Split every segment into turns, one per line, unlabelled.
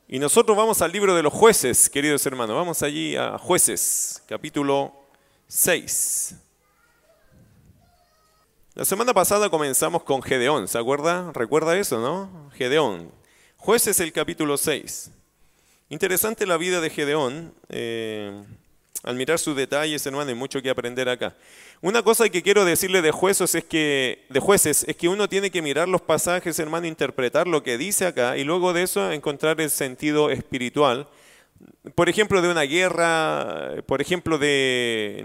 Y nosotros vamos al libro de los jueces, queridos hermanos. Vamos allí a Jueces, capítulo 6. La semana pasada comenzamos con Gedeón, ¿se acuerda? ¿Recuerda eso, no? Gedeón. Jueces, el capítulo 6. Interesante la vida de Gedeón. Al mirar sus detalles, hermano, hay mucho que aprender acá. Una cosa que quiero decirle de jueces es que uno tiene que mirar los pasajes, hermano, interpretar lo que dice acá y luego de eso encontrar el sentido espiritual. Por ejemplo, de una guerra, por ejemplo, de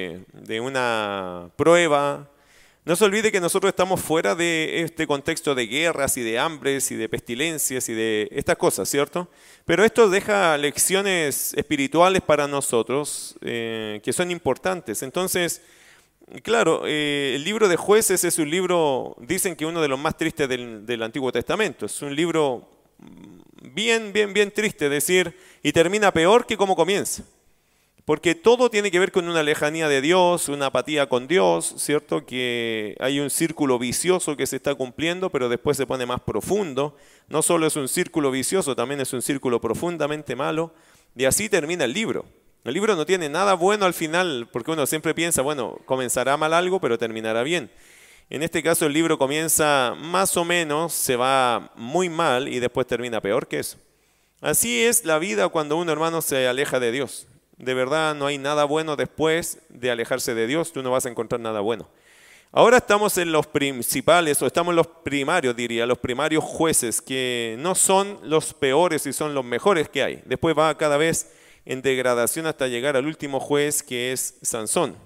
una prueba. No se olvide que nosotros estamos fuera de este contexto de guerras y de hambres y de pestilencias y de estas cosas, ¿cierto? Pero esto deja lecciones espirituales para nosotros que son importantes. Entonces, claro, el libro de Jueces es un libro, dicen que uno de los más tristes del Antiguo Testamento. Es un libro bien triste, decir, y termina peor que como comienza. Porque todo tiene que ver con una lejanía de Dios, una apatía con Dios, ¿cierto? Que hay un círculo vicioso que se está cumpliendo, pero después se pone más profundo. No solo es un círculo vicioso, también es un círculo profundamente malo. Y así termina el libro. El libro no tiene nada bueno al final, porque uno siempre piensa, bueno, comenzará mal algo, pero terminará bien. En este caso el libro comienza más o menos, se va muy mal y después termina peor que eso. Así es la vida cuando uno, hermano, se aleja de Dios. De verdad no hay nada bueno después de alejarse de Dios, tú no vas a encontrar nada bueno. Ahora estamos en los principales, o estamos en los primarios, diría, los primarios jueces, que no son los peores y son los mejores que hay. Después va cada vez en degradación hasta llegar al último juez, que es Sansón.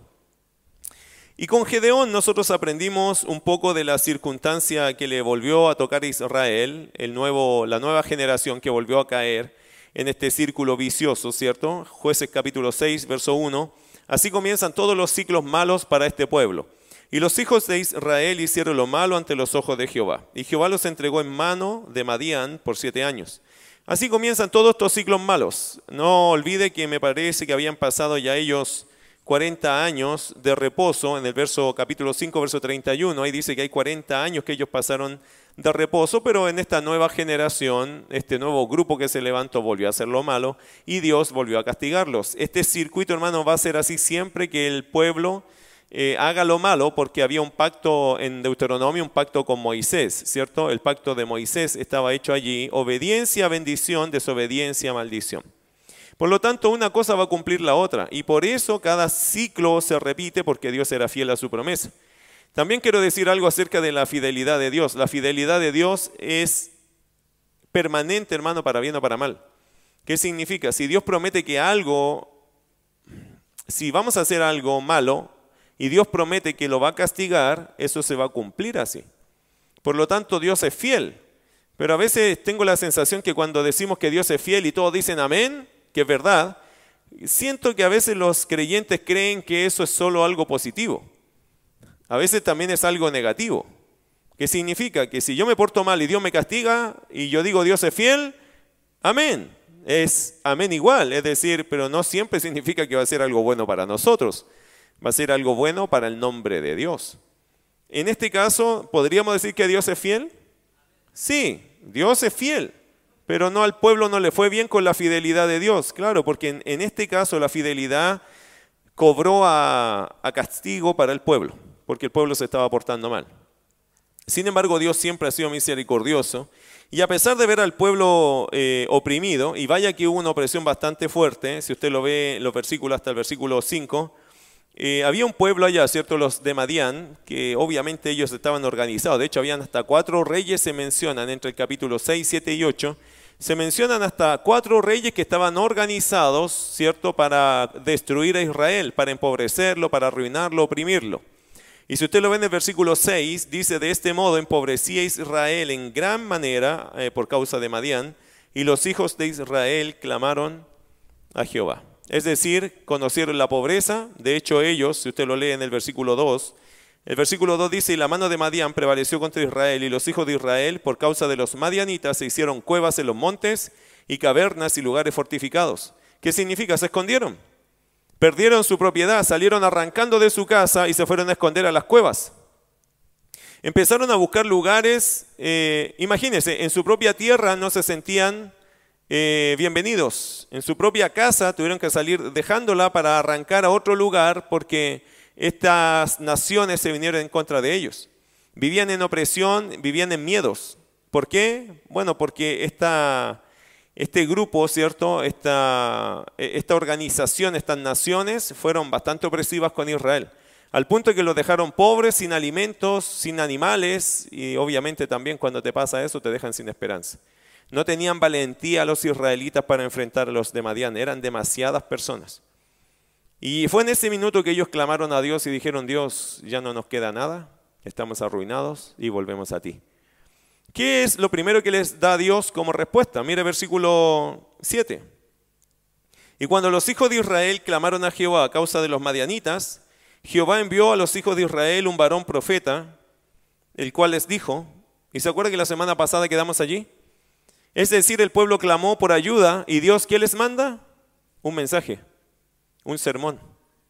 Y con Gedeón nosotros aprendimos un poco de la circunstancia que le volvió a tocar a Israel, la nueva generación que volvió a caer en este círculo vicioso, ¿cierto? Jueces capítulo 6, verso 1. Así comienzan todos los ciclos malos para este pueblo. Y los hijos de Israel hicieron lo malo ante los ojos de Jehová. Y Jehová los entregó en mano de Madián por 7 años. Así comienzan todos estos ciclos malos. No olvide que me parece que habían pasado ya ellos 40 años de reposo. En el capítulo 5, verso 31, ahí dice que hay 40 años que ellos pasaron de reposo, pero en esta nueva generación, este nuevo grupo que se levantó volvió a hacer lo malo y Dios volvió a castigarlos. Este circuito, hermano, va a ser así siempre que el pueblo haga lo malo, porque había un pacto en Deuteronomio, un pacto con Moisés, ¿cierto? El pacto de Moisés estaba hecho allí, obediencia, bendición, desobediencia, maldición. Por lo tanto, una cosa va a cumplir la otra y por eso cada ciclo se repite porque Dios era fiel a su promesa. También quiero decir algo acerca de la fidelidad de Dios. La fidelidad de Dios es permanente, hermano, para bien o para mal. ¿Qué significa? Si Dios promete si vamos a hacer algo malo y Dios promete que lo va a castigar, eso se va a cumplir así. Por lo tanto, Dios es fiel. Pero a veces tengo la sensación que cuando decimos que Dios es fiel y todos dicen amén, que es verdad, siento que a veces los creyentes creen que eso es solo algo positivo. A veces también es algo negativo. ¿Qué significa? Que si yo me porto mal y Dios me castiga y yo digo Dios es fiel, amén. Es amén igual, es decir, pero no siempre significa que va a ser algo bueno para nosotros. Va a ser algo bueno para el nombre de Dios. En este caso, ¿podríamos decir que Dios es fiel? Sí, Dios es fiel. Pero no, al pueblo no le fue bien con la fidelidad de Dios. Claro, porque en este caso la fidelidad cobró a castigo para el pueblo, porque el pueblo se estaba portando mal. Sin embargo, Dios siempre ha sido misericordioso, y a pesar de ver al pueblo oprimido, y vaya que hubo una opresión bastante fuerte, si usted lo ve en los versículos hasta el versículo 5, había un pueblo allá, ¿cierto? Los de Madián, que obviamente ellos estaban organizados. De hecho, habían hasta 4 reyes, se mencionan entre el capítulo 6, 7 y 8. Se mencionan hasta 4 reyes que estaban organizados, ¿cierto? Para destruir a Israel, para empobrecerlo, para arruinarlo, oprimirlo. Y si usted lo ve en el versículo 6, dice: de este modo empobrecía Israel en gran manera por causa de Madián, y los hijos de Israel clamaron a Jehová. Es decir, conocieron la pobreza. De hecho ellos, si usted lo lee en el versículo 2, el versículo 2 dice: y la mano de Madián prevaleció contra Israel, y los hijos de Israel por causa de los madianitas se hicieron cuevas en los montes y cavernas y lugares fortificados. ¿Qué significa? Se escondieron. Perdieron su propiedad, salieron arrancando de su casa y se fueron a esconder a las cuevas. Empezaron a buscar lugares, imagínense, en su propia tierra no se sentían bienvenidos. En su propia casa tuvieron que salir dejándola para arrancar a otro lugar porque estas naciones se vinieron en contra de ellos. Vivían en opresión, vivían en miedos. ¿Por qué? Bueno, porque este grupo, ¿cierto? Esta organización, estas naciones fueron bastante opresivas con Israel. Al punto que los dejaron pobres, sin alimentos, sin animales y obviamente también cuando te pasa eso te dejan sin esperanza. No tenían valentía los israelitas para enfrentar a los de Madián, eran demasiadas personas. Y fue en ese minuto que ellos clamaron a Dios y dijeron, Dios, ya no nos queda nada, estamos arruinados y volvemos a ti. ¿Qué es lo primero que les da Dios como respuesta? Mire versículo 7. Y cuando los hijos de Israel clamaron a Jehová a causa de los madianitas, Jehová envió a los hijos de Israel un varón profeta, el cual les dijo, ¿y se acuerda que la semana pasada quedamos allí? Es decir, el pueblo clamó por ayuda y Dios, ¿qué les manda? Un mensaje, un sermón.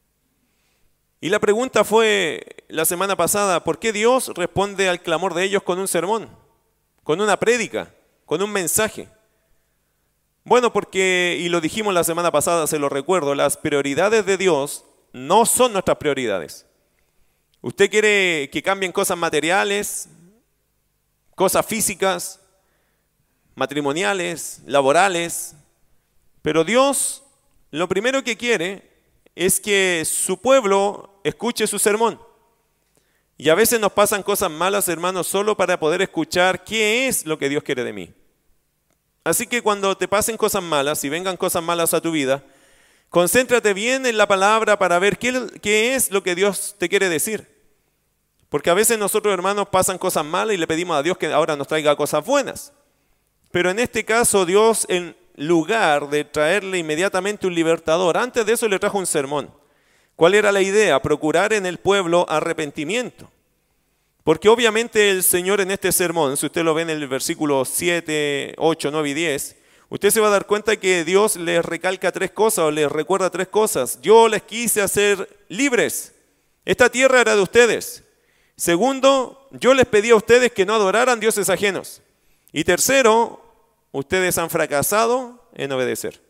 Y la pregunta fue la semana pasada, ¿por qué Dios responde al clamor de ellos con un sermón? Con una prédica, con un mensaje. Bueno, porque, y lo dijimos la semana pasada, se lo recuerdo, las prioridades de Dios no son nuestras prioridades. Usted quiere que cambien cosas materiales, cosas físicas, matrimoniales, laborales, pero Dios lo primero que quiere es que su pueblo escuche su sermón. Y a veces nos pasan cosas malas, hermanos, solo para poder escuchar qué es lo que Dios quiere de mí. Así que cuando te pasen cosas malas y vengan cosas malas a tu vida, concéntrate bien en la palabra para ver qué es lo que Dios te quiere decir. Porque a veces nosotros, hermanos, pasan cosas malas y le pedimos a Dios que ahora nos traiga cosas buenas. Pero en este caso, Dios, en lugar de traerle inmediatamente un libertador, antes de eso le trajo un sermón. ¿Cuál era la idea? Procurar en el pueblo arrepentimiento. Porque obviamente el Señor en este sermón, si usted lo ve en el versículo 7, 8, 9 y 10, usted se va a dar cuenta que Dios les recalca tres cosas o les recuerda tres cosas. Yo les quise hacer libres. Esta tierra era de ustedes. Segundo, yo les pedí a ustedes que no adoraran dioses ajenos. Y tercero, ustedes han fracasado en obedecer.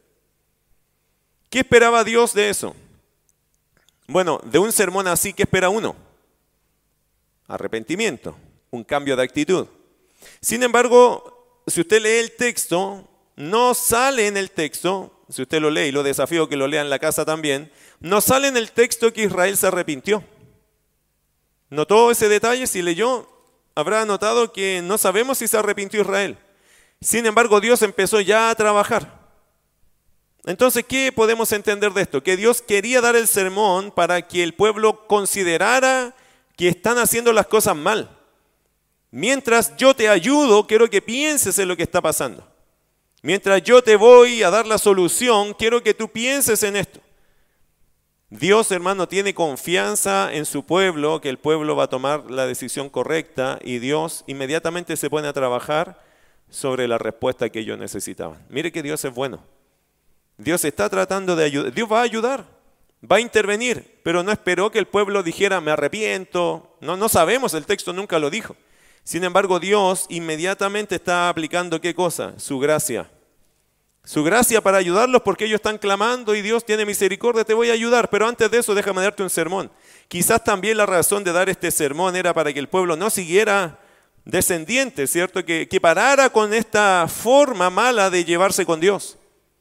¿Qué esperaba Dios de eso? Bueno, de un sermón así, ¿qué espera uno? Arrepentimiento, un cambio de actitud. Sin embargo, si usted lee el texto, no sale en el texto, si usted lo lee y lo desafío que lo lea en la casa también, no sale en el texto que Israel se arrepintió. ¿Notó ese detalle? Si leyó, habrá notado que no sabemos si se arrepintió Israel. Sin embargo, Dios empezó ya a trabajar. Entonces, ¿qué podemos entender de esto? Que Dios quería dar el sermón para que el pueblo considerara que están haciendo las cosas mal. Mientras yo te ayudo, quiero que pienses en lo que está pasando. Mientras yo te voy a dar la solución, quiero que tú pienses en esto. Dios, hermano, tiene confianza en su pueblo, que el pueblo va a tomar la decisión correcta y Dios inmediatamente se pone a trabajar sobre la respuesta que ellos necesitaban. Mire que Dios es bueno. Dios está tratando de ayudar. Dios va a ayudar, va a intervenir, pero no esperó que el pueblo dijera, me arrepiento. No sabemos, el texto nunca lo dijo. Sin embargo, Dios inmediatamente está aplicando ¿qué cosa? Su gracia. Su gracia para ayudarlos porque ellos están clamando y Dios tiene misericordia, te voy a ayudar. Pero antes de eso, déjame darte un sermón. Quizás también la razón de dar este sermón era para que el pueblo no siguiera descendiente, ¿cierto? Que parara con esta forma mala de llevarse con Dios.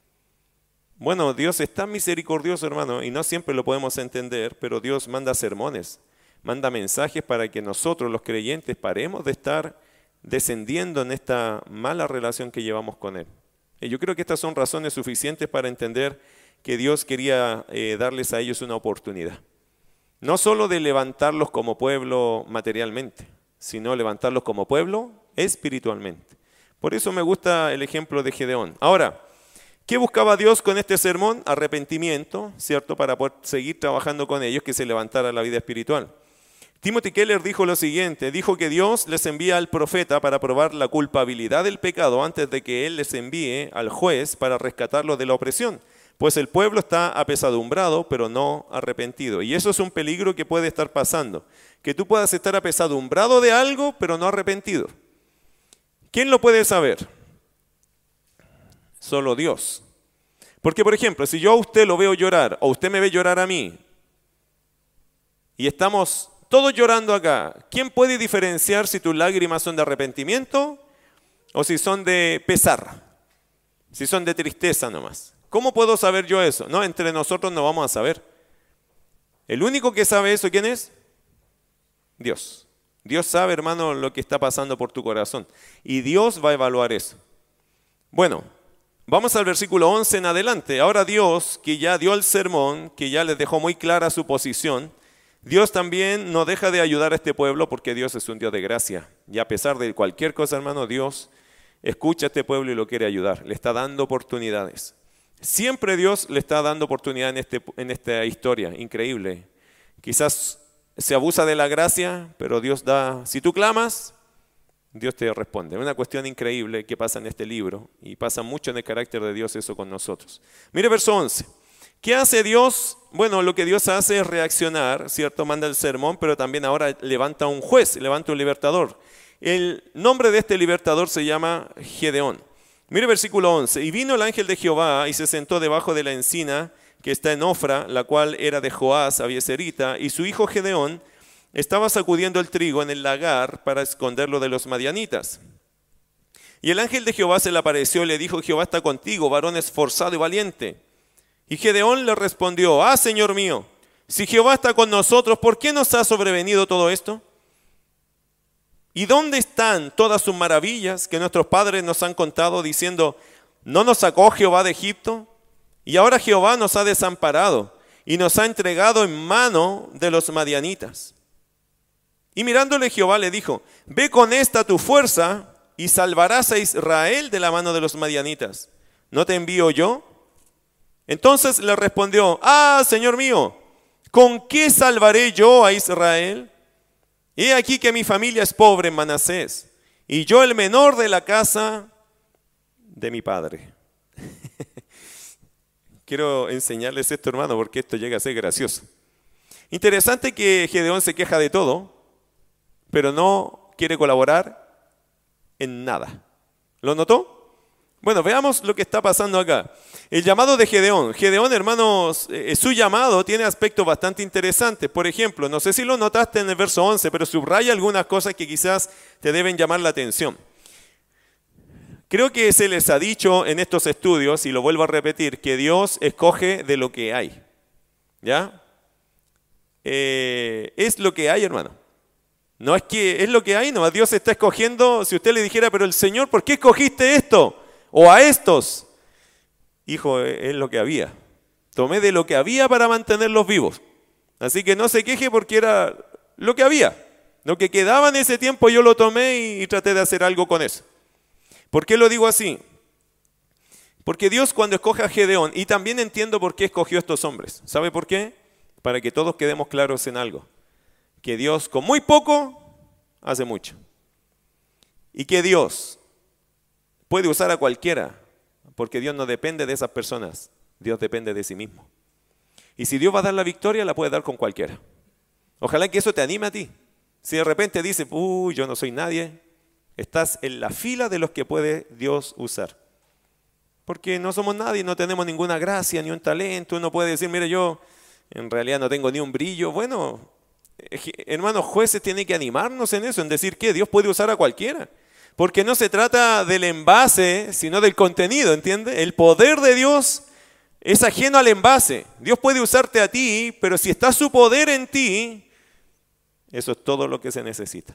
Bueno, Dios es tan misericordioso, hermano, y no siempre lo podemos entender, pero Dios manda sermones, manda mensajes para que nosotros, los creyentes, paremos de estar descendiendo en esta mala relación que llevamos con Él. Y yo creo que estas son razones suficientes para entender que Dios quería darles a ellos una oportunidad. No solo de levantarlos como pueblo materialmente, sino levantarlos como pueblo espiritualmente. Por eso me gusta el ejemplo de Gedeón. Ahora, ¿qué buscaba Dios con este sermón? Arrepentimiento, ¿cierto? Para poder seguir trabajando con ellos, que se levantara la vida espiritual. Timothy Keller dijo lo siguiente, dijo que Dios les envía al profeta para probar la culpabilidad del pecado antes de que Él les envíe al juez para rescatarlos de la opresión, pues el pueblo está apesadumbrado pero no arrepentido. Y eso es un peligro que puede estar pasando, que tú puedas estar apesadumbrado de algo pero no arrepentido. ¿Quién lo puede saber? solo Dios. Porque, por ejemplo, si yo a usted lo veo llorar, o usted me ve llorar a mí, y estamos todos llorando acá, ¿quién puede diferenciar si tus lágrimas son de arrepentimiento o si son de pesar? Si son de tristeza nomás. ¿Cómo puedo saber yo eso? No, entre nosotros no vamos a saber. El único que sabe eso, ¿quién es? Dios. Dios sabe, hermano, lo que está pasando por tu corazón. Y Dios va a evaluar eso. Bueno, vamos al versículo 11 en adelante. Ahora Dios, que ya dio el sermón, que ya les dejó muy clara su posición, Dios también no deja de ayudar a este pueblo porque Dios es un Dios de gracia. Y a pesar de cualquier cosa, hermano, Dios escucha a este pueblo y lo quiere ayudar. Le está dando oportunidades. Siempre Dios le está dando oportunidad en esta historia. Increíble. Quizás se abusa de la gracia, pero Dios da. Si tú clamas, Dios te responde. Es una cuestión increíble que pasa en este libro y pasa mucho en el carácter de Dios eso con nosotros. Mire verso 11. ¿Qué hace Dios? Bueno, lo que Dios hace es reaccionar, ¿cierto? Manda el sermón, pero también ahora levanta un juez, levanta un libertador. El nombre de este libertador se llama Gedeón. Mire versículo 11. Y vino el ángel de Jehová y se sentó debajo de la encina que está en Ofra, la cual era de Joás, abiezerita, y su hijo Gedeón estaba sacudiendo el trigo en el lagar para esconderlo de los madianitas. Y el ángel de Jehová se le apareció y le dijo: Jehová está contigo, varón esforzado y valiente. Y Gedeón le respondió: Ah, Señor mío, si Jehová está con nosotros, ¿por qué nos ha sobrevenido todo esto? ¿Y dónde están todas sus maravillas que nuestros padres nos han contado diciendo: ¿no nos sacó Jehová de Egipto? Y ahora Jehová nos ha desamparado y nos ha entregado en mano de los madianitas. Y mirándole Jehová le dijo: Ve con esta tu fuerza y salvarás a Israel de la mano de los madianitas. ¿No te envío yo? Entonces le respondió: Ah, Señor mío, ¿con qué salvaré yo a Israel? He aquí que mi familia es pobre en Manasés, y yo el menor de la casa de mi padre. Quiero enseñarles esto, hermano, porque esto llega a ser gracioso. Interesante que Gedeón se queja de todo, pero no quiere colaborar en nada. ¿Lo notó? Bueno, veamos lo que está pasando acá. El llamado de Gedeón. Gedeón, hermanos, su llamado tiene aspectos bastante interesantes. Por ejemplo, no sé si lo notaste en el verso 11, pero subraya algunas cosas que quizás te deben llamar la atención. Creo que se les ha dicho en estos estudios, y lo vuelvo a repetir, que Dios escoge de lo que hay. ¿Ya? Es lo que hay, hermano. No es que es lo que hay, no. Dios está escogiendo. Si usted le dijera: pero el Señor, ¿por qué escogiste esto? O a estos. Hijo, es lo que había. Tomé de lo que había para mantenerlos vivos. Así que no se queje porque era lo que había. Lo que quedaba en ese tiempo yo lo tomé y traté de hacer algo con eso. ¿Por qué lo digo así? Porque Dios, cuando escoge a Gedeón, y también entiendo por qué escogió a estos hombres. ¿Sabe por qué? Para que todos quedemos claros en algo. Que Dios con muy poco hace mucho. Y que Dios puede usar a cualquiera, porque Dios no depende de esas personas. Dios depende de sí mismo. Y si Dios va a dar la victoria, la puede dar con cualquiera. Ojalá que eso te anime a ti. Si de repente dices: yo no soy nadie, estás en la fila de los que puede Dios usar. Porque no somos nadie, no tenemos ninguna gracia, ni un talento. Uno puede decir: mire, yo en realidad no tengo ni un brillo. Bueno, hermanos jueces, tienen que animarnos en eso, en decir que Dios puede usar a cualquiera. Porque no se trata del envase, sino del contenido, ¿entiende? El poder de Dios es ajeno al envase. Dios puede usarte a ti, pero si está su poder en ti, eso es todo lo que se necesita.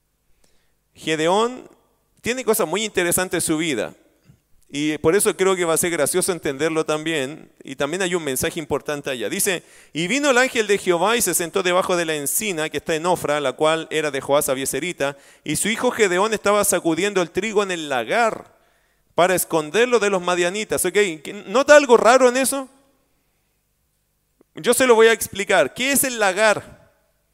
Gedeón tiene cosas muy interesantes en su vida. Y por eso creo que va a ser gracioso entenderlo también. Y también hay un mensaje importante allá. Dice: y vino el ángel de Jehová y se sentó debajo de la encina que está en Ofra, la cual era de Joás, abiezerita. Y su hijo Gedeón estaba sacudiendo el trigo en el lagar para esconderlo de los madianitas. ¿Okay? ¿Nota algo raro en eso? Yo se lo voy a explicar. ¿Qué es el lagar?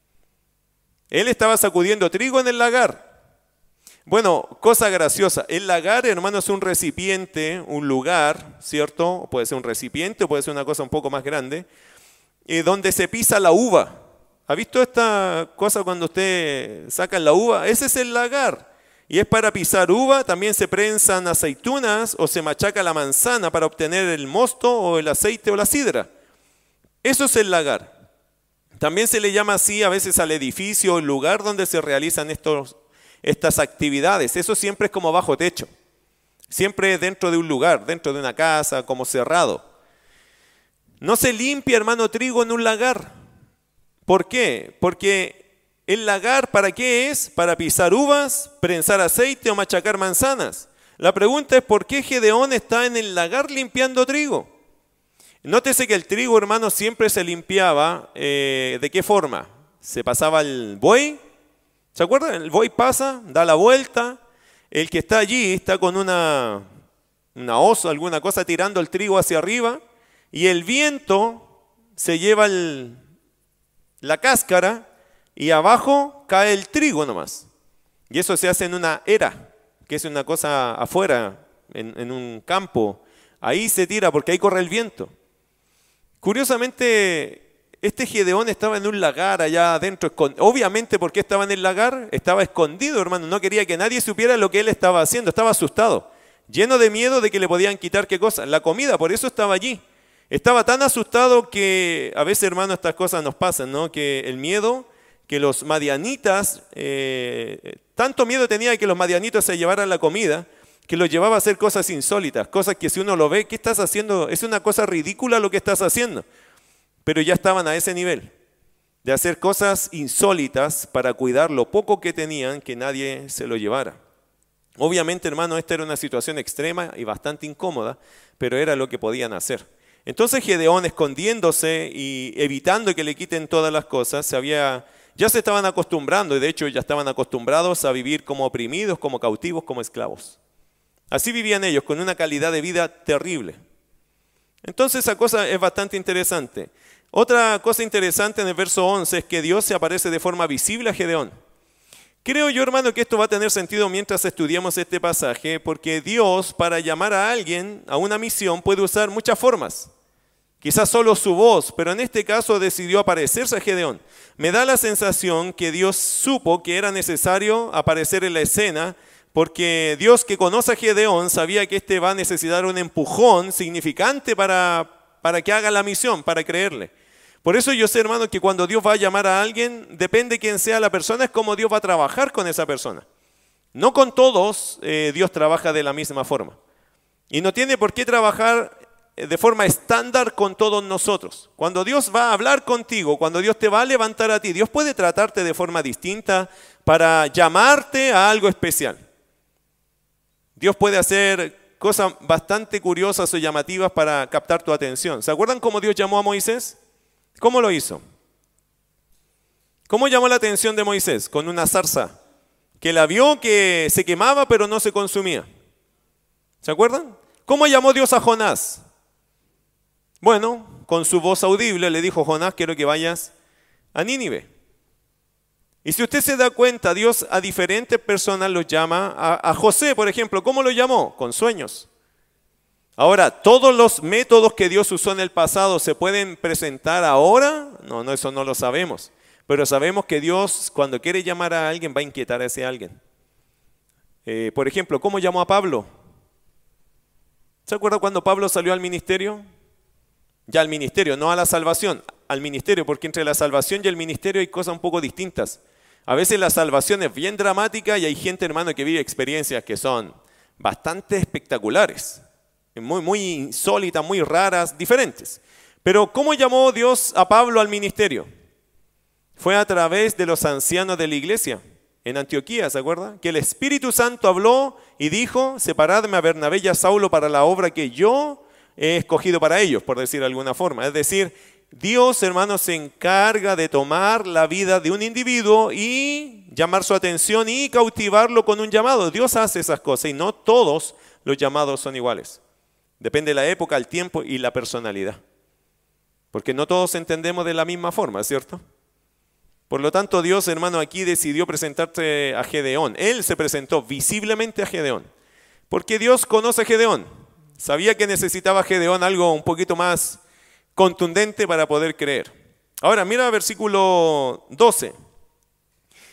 Él estaba sacudiendo trigo en el lagar. Bueno, cosa graciosa, el lagar, hermano, es un recipiente, un lugar, ¿cierto? Puede ser un recipiente o puede ser una cosa un poco más grande, donde se pisa la uva. ¿Ha visto esta cosa cuando usted saca la uva? Ese es el lagar. y es para pisar uva, también se prensan aceitunas o se machaca la manzana para obtener el mosto o el aceite o la sidra. Eso es el lagar. También se le llama así a veces al edificio o el lugar donde se realizan estas actividades. Eso siempre es como bajo techo. Siempre dentro de un lugar, dentro de una casa, como cerrado. No se limpia, hermano, trigo en un lagar. ¿Por qué? Porque el lagar, ¿para qué es? Para pisar uvas, prensar aceite o machacar manzanas. La pregunta es, ¿por qué Gedeón está en el lagar limpiando trigo? Nótese que el trigo, hermano, siempre se limpiaba. ¿De qué forma? Se pasaba el buey. ¿Se acuerdan? El buey pasa, da la vuelta. El que está allí está con una hoz, alguna cosa, tirando el trigo hacia arriba. Y el viento se lleva la cáscara y abajo cae el trigo nomás. Y eso se hace en una era, que es una cosa afuera, en un campo. Ahí se tira porque ahí corre el viento. Curiosamente, este Gedeón estaba en un lagar allá adentro. Obviamente, ¿por qué estaba en el lagar? Estaba escondido, hermano. No quería que nadie supiera lo que él estaba haciendo. Estaba asustado, lleno de miedo de que le podían quitar ¿qué cosa? La comida, por eso estaba allí. Estaba tan asustado que a veces, hermano, estas cosas nos pasan, ¿no? Que el miedo, que los madianitas, tanto miedo tenía de que los madianitas se llevaran la comida, que los llevaba a hacer cosas insólitas, cosas que si uno lo ve, ¿qué estás haciendo? Es una cosa ridícula lo que estás haciendo. Pero ya estaban a ese nivel, de hacer cosas insólitas para cuidar lo poco que tenían, que nadie se lo llevara. Obviamente, hermano, esta era una situación extrema y bastante incómoda, pero era lo que podían hacer. Entonces Gedeón, escondiéndose y evitando que le quiten todas las cosas, ya se estaban acostumbrando, y de hecho ya estaban acostumbrados a vivir como oprimidos, como cautivos, como esclavos. Así vivían ellos, con una calidad de vida terrible. Entonces esa cosa es bastante interesante. Otra cosa interesante en el verso 11 es que Dios se aparece de forma visible a Gedeón. Creo yo, hermano, que esto va a tener sentido mientras estudiamos este pasaje, porque Dios, para llamar a alguien a una misión, puede usar muchas formas. Quizás solo su voz, pero en este caso decidió aparecerse a Gedeón. Me da la sensación que Dios supo que era necesario aparecer en la escena, porque Dios, que conoce a Gedeón, sabía que éste va a necesitar un empujón significante para que haga la misión, para creerle. Por eso yo sé, hermano, que cuando Dios va a llamar a alguien, depende quién sea la persona, es como Dios va a trabajar con esa persona. No con todos Dios trabaja de la misma forma. Y no tiene por qué trabajar de forma estándar con todos nosotros. Cuando Dios va a hablar contigo, cuando Dios te va a levantar a ti, Dios puede tratarte de forma distinta para llamarte a algo especial. Dios puede hacer cosas bastante curiosas o llamativas para captar tu atención. ¿Se acuerdan cómo Dios llamó a Moisés? ¿Cómo lo hizo? ¿Cómo llamó la atención de Moisés? Con una zarza que la vio que se quemaba pero no se consumía. ¿Se acuerdan? ¿Cómo llamó Dios a Jonás? Bueno, con su voz audible le dijo: Jonás, quiero que vayas a Nínive. Y si usted se da cuenta, Dios a diferentes personas los llama. A José, por ejemplo, ¿cómo lo llamó? Con sueños. Ahora, ¿todos los métodos que Dios usó en el pasado se pueden presentar ahora? No, eso no lo sabemos. Pero sabemos que Dios, cuando quiere llamar a alguien, va a inquietar a ese alguien. Por ejemplo, ¿cómo llamó a Pablo? ¿Se acuerda cuando Pablo salió al ministerio? Ya al ministerio, no a la salvación, al ministerio, porque entre la salvación y el ministerio hay cosas un poco distintas. A veces la salvación es bien dramática y hay gente, hermano, que vive experiencias que son bastante espectaculares. Muy insólitas, muy raras, diferentes. Pero ¿cómo llamó Dios a Pablo al ministerio? Fue a través de los ancianos de la iglesia en Antioquía, ¿se acuerda? Que el Espíritu Santo habló y dijo: separadme a Bernabé y a Saulo para la obra que yo he escogido para ellos, por decir de alguna forma. Es decir, Dios, hermanos, se encarga de tomar la vida de un individuo y llamar su atención y cautivarlo con un llamado. Dios hace esas cosas y no todos los llamados son iguales. Depende de la época, el tiempo y la personalidad. Porque no todos entendemos de la misma forma, ¿cierto? Por lo tanto, Dios, hermano, aquí decidió presentarse a Gedeón. Él se presentó visiblemente a Gedeón. Porque Dios conoce a Gedeón. Sabía que necesitaba Gedeón algo un poquito más contundente para poder creer. Ahora, mira el versículo 12.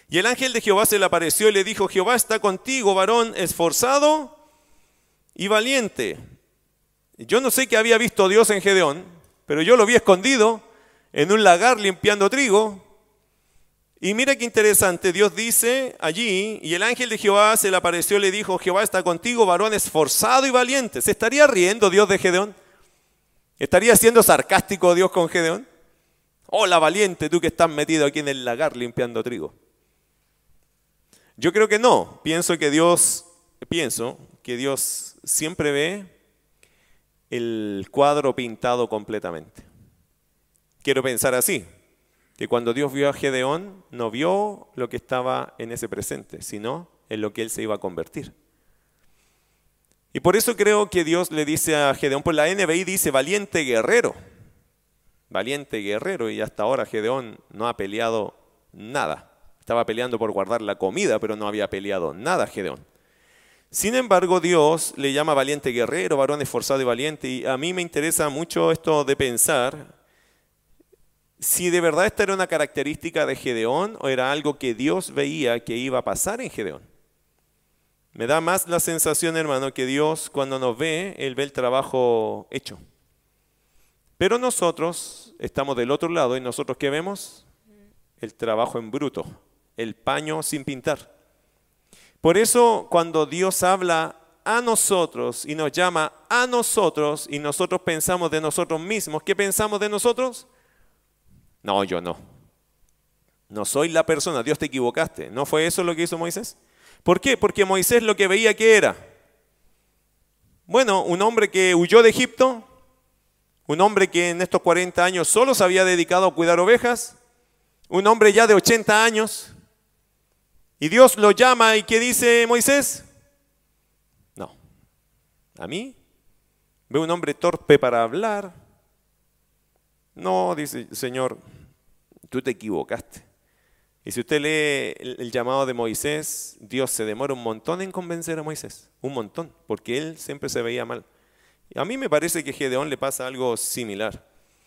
Y el ángel de Jehová se le apareció y le dijo, Jehová está contigo, varón esforzado y valiente. Yo no sé qué había visto Dios en Gedeón, pero yo lo vi escondido en un lagar limpiando trigo. Y mira qué interesante, Dios dice allí, y el ángel de Jehová se le apareció y le dijo, Jehová está contigo, varón esforzado y valiente. ¿Se estaría riendo Dios de Gedeón? ¿Estaría siendo sarcástico Dios con Gedeón? Hola valiente, tú que estás metido aquí en el lagar limpiando trigo. Yo creo que no, pienso que Dios siempre ve el cuadro pintado completamente. Quiero pensar así, que cuando Dios vio a Gedeón, no vio lo que estaba en ese presente, sino en lo que él se iba a convertir. Y por eso creo que Dios le dice a Gedeón, pues la NBI dice valiente guerrero, y hasta ahora Gedeón no ha peleado nada. Estaba peleando por guardar la comida, pero no había peleado nada Gedeón. Sin embargo, Dios le llama valiente guerrero, varón esforzado y valiente, y a mí me interesa mucho esto de pensar si de verdad esta era una característica de Gedeón o era algo que Dios veía que iba a pasar en Gedeón. Me da más la sensación, hermano, que Dios cuando nos ve, Él ve el trabajo hecho. Pero nosotros estamos del otro lado y nosotros ¿qué vemos? El trabajo en bruto, el paño sin pintar. Por eso cuando Dios habla a nosotros y nos llama a nosotros y nosotros pensamos de nosotros mismos, ¿qué pensamos de nosotros? No, yo no. No soy la persona, Dios te equivocaste. ¿No fue eso lo que hizo Moisés? ¿Por qué? Porque Moisés lo que veía que era. Bueno, un hombre que huyó de Egipto, un hombre que en estos 40 años solo se había dedicado a cuidar ovejas, un hombre ya de 80 años, y Dios lo llama y ¿qué dice Moisés? No, a mí veo un hombre torpe para hablar. No, dice, Señor, tú te equivocaste. Y si usted lee el llamado de Moisés, Dios se demora un montón en convencer a Moisés, un montón, porque él siempre se veía mal. Y a mí me parece que a Gedeón le pasa algo similar.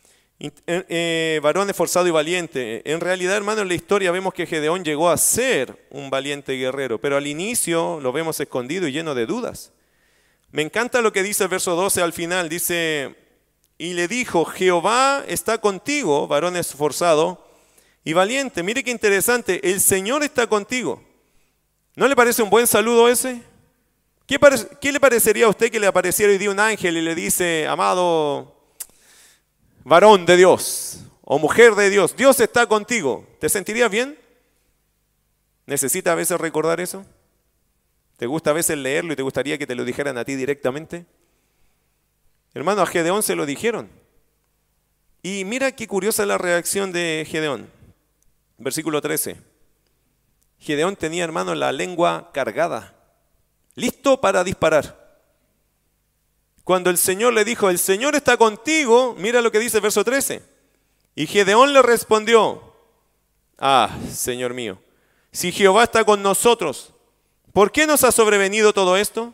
Varón esforzado y valiente. En realidad, hermano, en la historia vemos que Gedeón llegó a ser un valiente guerrero, pero al inicio lo vemos escondido y lleno de dudas. Me encanta lo que dice el verso 12 al final, dice, y le dijo, Jehová está contigo, varón esforzado y valiente. Mire qué interesante, el Señor está contigo. ¿No le parece un buen saludo ese? ¿Qué le parecería a usted que le apareciera hoy día un ángel y le dice, amado varón de Dios o mujer de Dios, Dios está contigo? ¿Te sentirías bien? ¿Necesitas a veces recordar eso? ¿Te gusta a veces leerlo y te gustaría que te lo dijeran a ti directamente? Hermano, a Gedeón se lo dijeron. Y mira qué curiosa la reacción de Gedeón. Versículo 13. Gedeón tenía, hermano, la lengua cargada, listo para disparar. Cuando el Señor le dijo, el Señor está contigo, mira lo que dice el verso 13. Y Gedeón le respondió, Señor mío, si Jehová está con nosotros, ¿por qué nos ha sobrevenido todo esto?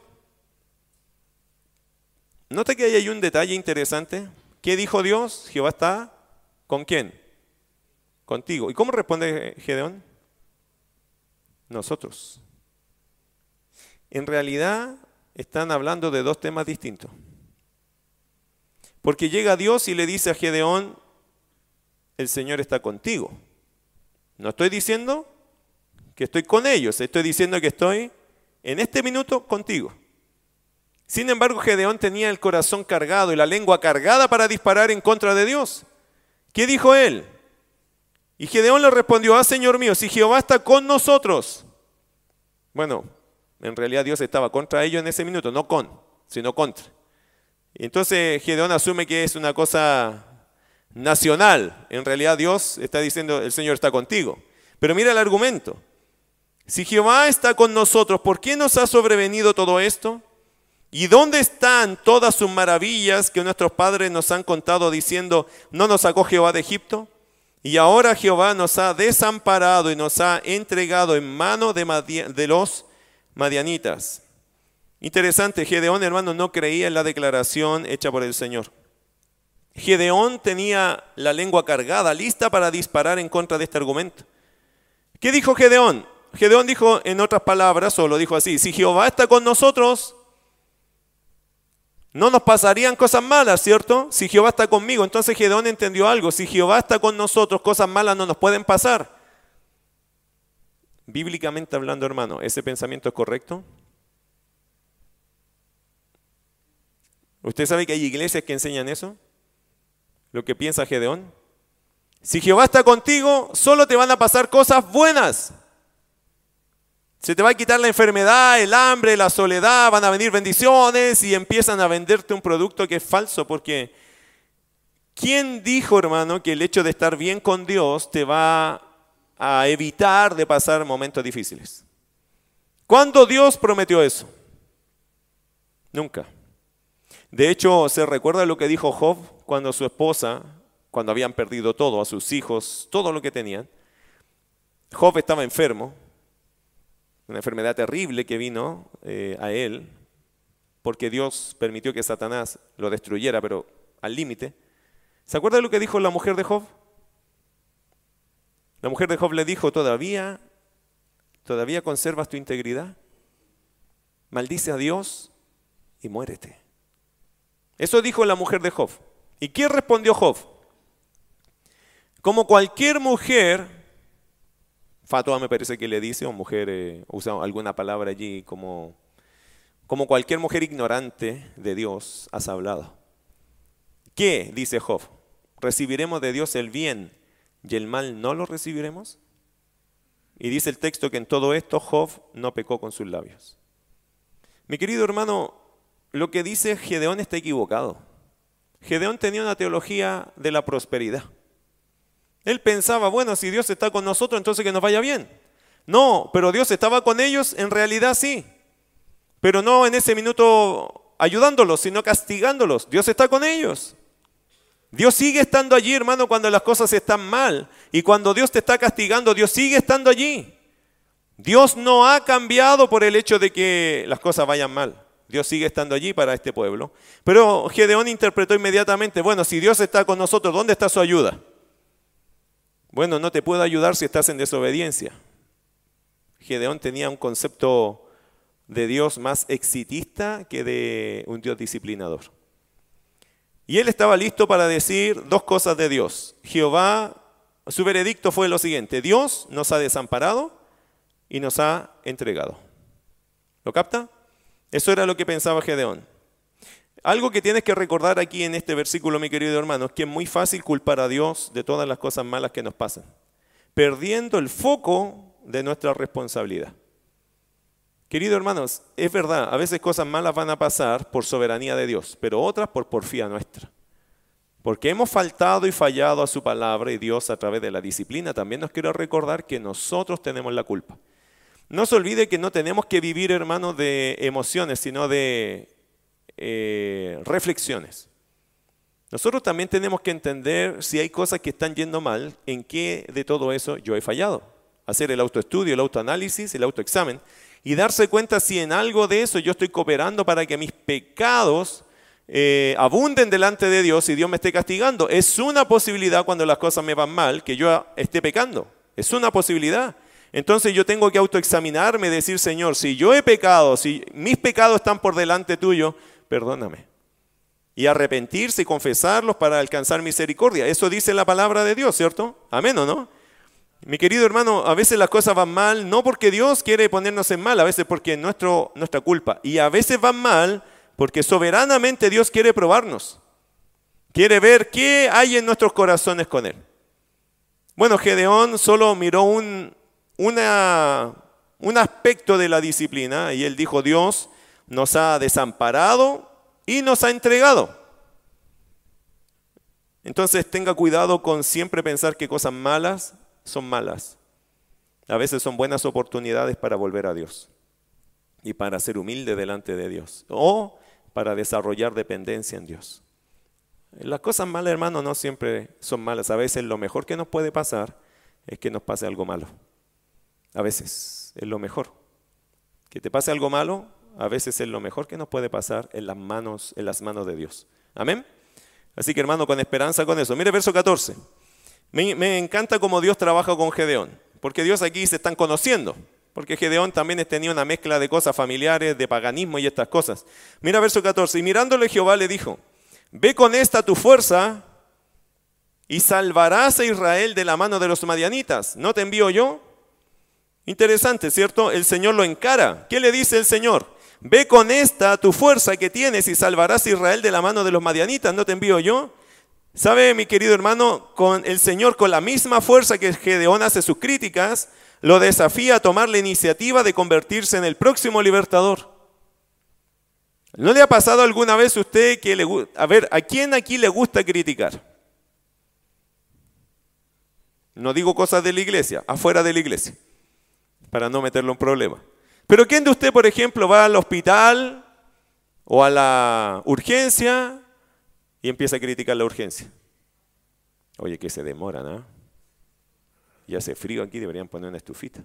Nota que ahí hay un detalle interesante. ¿Qué dijo Dios? Jehová está ¿con quién? Contigo. ¿Y cómo responde Gedeón? Nosotros. En realidad están hablando de dos temas distintos. Porque llega Dios y le dice a Gedeón, el Señor está contigo. No estoy diciendo que estoy con ellos, estoy diciendo que estoy en este minuto contigo. Sin embargo, Gedeón tenía el corazón cargado y la lengua cargada para disparar en contra de Dios. ¿Qué dijo él? Y Gedeón le respondió, Señor mío, si Jehová está con nosotros. Bueno, en realidad Dios estaba contra ellos en ese minuto, no con, sino contra. Y entonces Gedeón asume que es una cosa nacional. En realidad Dios está diciendo, el Señor está contigo. Pero mira el argumento. Si Jehová está con nosotros, ¿por qué nos ha sobrevenido todo esto? ¿Y dónde están todas sus maravillas que nuestros padres nos han contado diciendo, no nos sacó Jehová de Egipto? Y ahora Jehová nos ha desamparado y nos ha entregado en mano de los madianitas. Interesante, Gedeón, hermano, no creía en la declaración hecha por el Señor. Gedeón tenía la lengua cargada, lista para disparar en contra de este argumento. ¿Qué dijo Gedeón? Gedeón dijo en otras palabras, o lo dijo así: si Jehová está con nosotros, no nos pasarían cosas malas, ¿cierto? Si Jehová está conmigo. Entonces Gedeón entendió algo: si Jehová está con nosotros, cosas malas no nos pueden pasar. Bíblicamente hablando, hermano, ¿ese pensamiento es correcto? ¿Usted sabe que hay iglesias que enseñan eso? Lo que piensa Gedeón. Si Jehová está contigo, solo te van a pasar cosas buenas. Se te va a quitar la enfermedad, el hambre, la soledad, van a venir bendiciones y empiezan a venderte un producto que es falso. Porque ¿quién dijo, hermano, que el hecho de estar bien con Dios te va a evitar de pasar momentos difíciles? ¿Cuándo Dios prometió eso? Nunca. De hecho, ¿se recuerda lo que dijo Job cuando su esposa, cuando habían perdido todo, a sus hijos, todo lo que tenían? Job estaba enfermo, una enfermedad terrible que vino a él, porque Dios permitió que Satanás lo destruyera, pero al límite. ¿Se acuerda de lo que dijo la mujer de Job? La mujer de Job le dijo: ¿Todavía conservas tu integridad? Maldice a Dios y muérete. Eso dijo la mujer de Job. ¿Y qué respondió Job? Como cualquier mujer, fatua me parece que le dice, o mujer, usa alguna palabra allí, como cualquier mujer ignorante de Dios, has hablado. ¿Qué? Dice Job. ¿Recibiremos de Dios el bien y el mal no lo recibiremos? Y dice el texto que en todo esto Job no pecó con sus labios. Mi querido hermano, lo que dice Gedeón está equivocado. Gedeón tenía una teología de la prosperidad. Él pensaba: bueno, si Dios está con nosotros, entonces que nos vaya bien. No, pero Dios estaba con ellos, en realidad sí. Pero no en ese minuto ayudándolos, sino castigándolos. Dios está con ellos. Dios sigue estando allí, hermano, cuando las cosas están mal. Y cuando Dios te está castigando, Dios sigue estando allí. Dios no ha cambiado por el hecho de que las cosas vayan mal. Dios sigue estando allí para este pueblo. Pero Gedeón interpretó inmediatamente: bueno, si Dios está con nosotros, ¿dónde está su ayuda? Bueno, no te puedo ayudar si estás en desobediencia. Gedeón tenía un concepto de Dios más exitista que de un Dios disciplinador. Y él estaba listo para decir dos cosas de Dios. Jehová, su veredicto fue lo siguiente: Dios nos ha desamparado y nos ha entregado. ¿Lo capta? Eso era lo que pensaba Gedeón. Algo que tienes que recordar aquí en este versículo, mi querido hermano, es que es muy fácil culpar a Dios de todas las cosas malas que nos pasan, perdiendo el foco de nuestra responsabilidad. Queridos hermanos, es verdad, a veces cosas malas van a pasar por soberanía de Dios, pero otras por porfía nuestra. Porque hemos faltado y fallado a su palabra, y Dios, a través de la disciplina, también nos quiere recordar que nosotros tenemos la culpa. No se olvide que no tenemos que vivir, hermanos, de emociones, sino de reflexiones. Nosotros también tenemos que entender si hay cosas que están yendo mal, en qué de todo eso yo he fallado. Hacer el autoestudio, el autoanálisis, el autoexamen, y darse cuenta si en algo de eso yo estoy cooperando para que mis pecados abunden delante de Dios y Dios me esté castigando. Es una posibilidad cuando las cosas me van mal que yo esté pecando. Es una posibilidad. Entonces yo tengo que autoexaminarme y decir: Señor, si yo he pecado, si mis pecados están por delante tuyo, perdóname. Y arrepentirse y confesarlos para alcanzar misericordia. Eso dice la palabra de Dios, ¿cierto? Amén, ¿o no? Mi querido hermano, a veces las cosas van mal, no porque Dios quiere ponernos en mal, a veces porque es nuestra culpa. Y a veces van mal porque soberanamente Dios quiere probarnos. Quiere ver qué hay en nuestros corazones con Él. Bueno, Gedeón solo miró un aspecto de la disciplina y él dijo: Dios nos ha desamparado y nos ha entregado. Entonces tenga cuidado con siempre pensar que cosas malas son malas. A veces son buenas oportunidades para volver a Dios y para ser humilde delante de Dios, o para desarrollar dependencia en Dios. Las cosas malas, hermano, no siempre son malas. A veces lo mejor que nos puede pasar es que nos pase algo malo. A veces es lo mejor. Que te pase algo malo, a veces es lo mejor que nos puede pasar en las manos de Dios. Amén. Así que, hermano, con esperanza con eso. Mire verso 14. Me encanta cómo Dios trabaja con Gedeón. Porque Dios aquí se están conociendo. Porque Gedeón también tenía una mezcla de cosas familiares, de paganismo y estas cosas. Mira verso 14. Y mirándole Jehová le dijo, ve con esta tu fuerza y salvarás a Israel de la mano de los madianitas. ¿No te envío yo? Interesante, ¿cierto? El Señor lo encara. ¿Qué le dice el Señor? Ve con esta tu fuerza que tienes y salvarás a Israel de la mano de los madianitas. ¿No te envío yo? ¿Sabe, mi querido hermano? Con el Señor, con la misma fuerza que Gedeón hace sus críticas, lo desafía a tomar la iniciativa de convertirse en el próximo libertador. ¿No le ha pasado alguna vez a usted que ¿a quién aquí le gusta criticar? No digo cosas de la iglesia, afuera de la iglesia, para no meterlo en problema. Pero ¿quién de usted, por ejemplo, va al hospital o a la urgencia y empieza a criticar la urgencia? Oye, que se demoran, ¿no? Y hace frío aquí, deberían poner una estufita.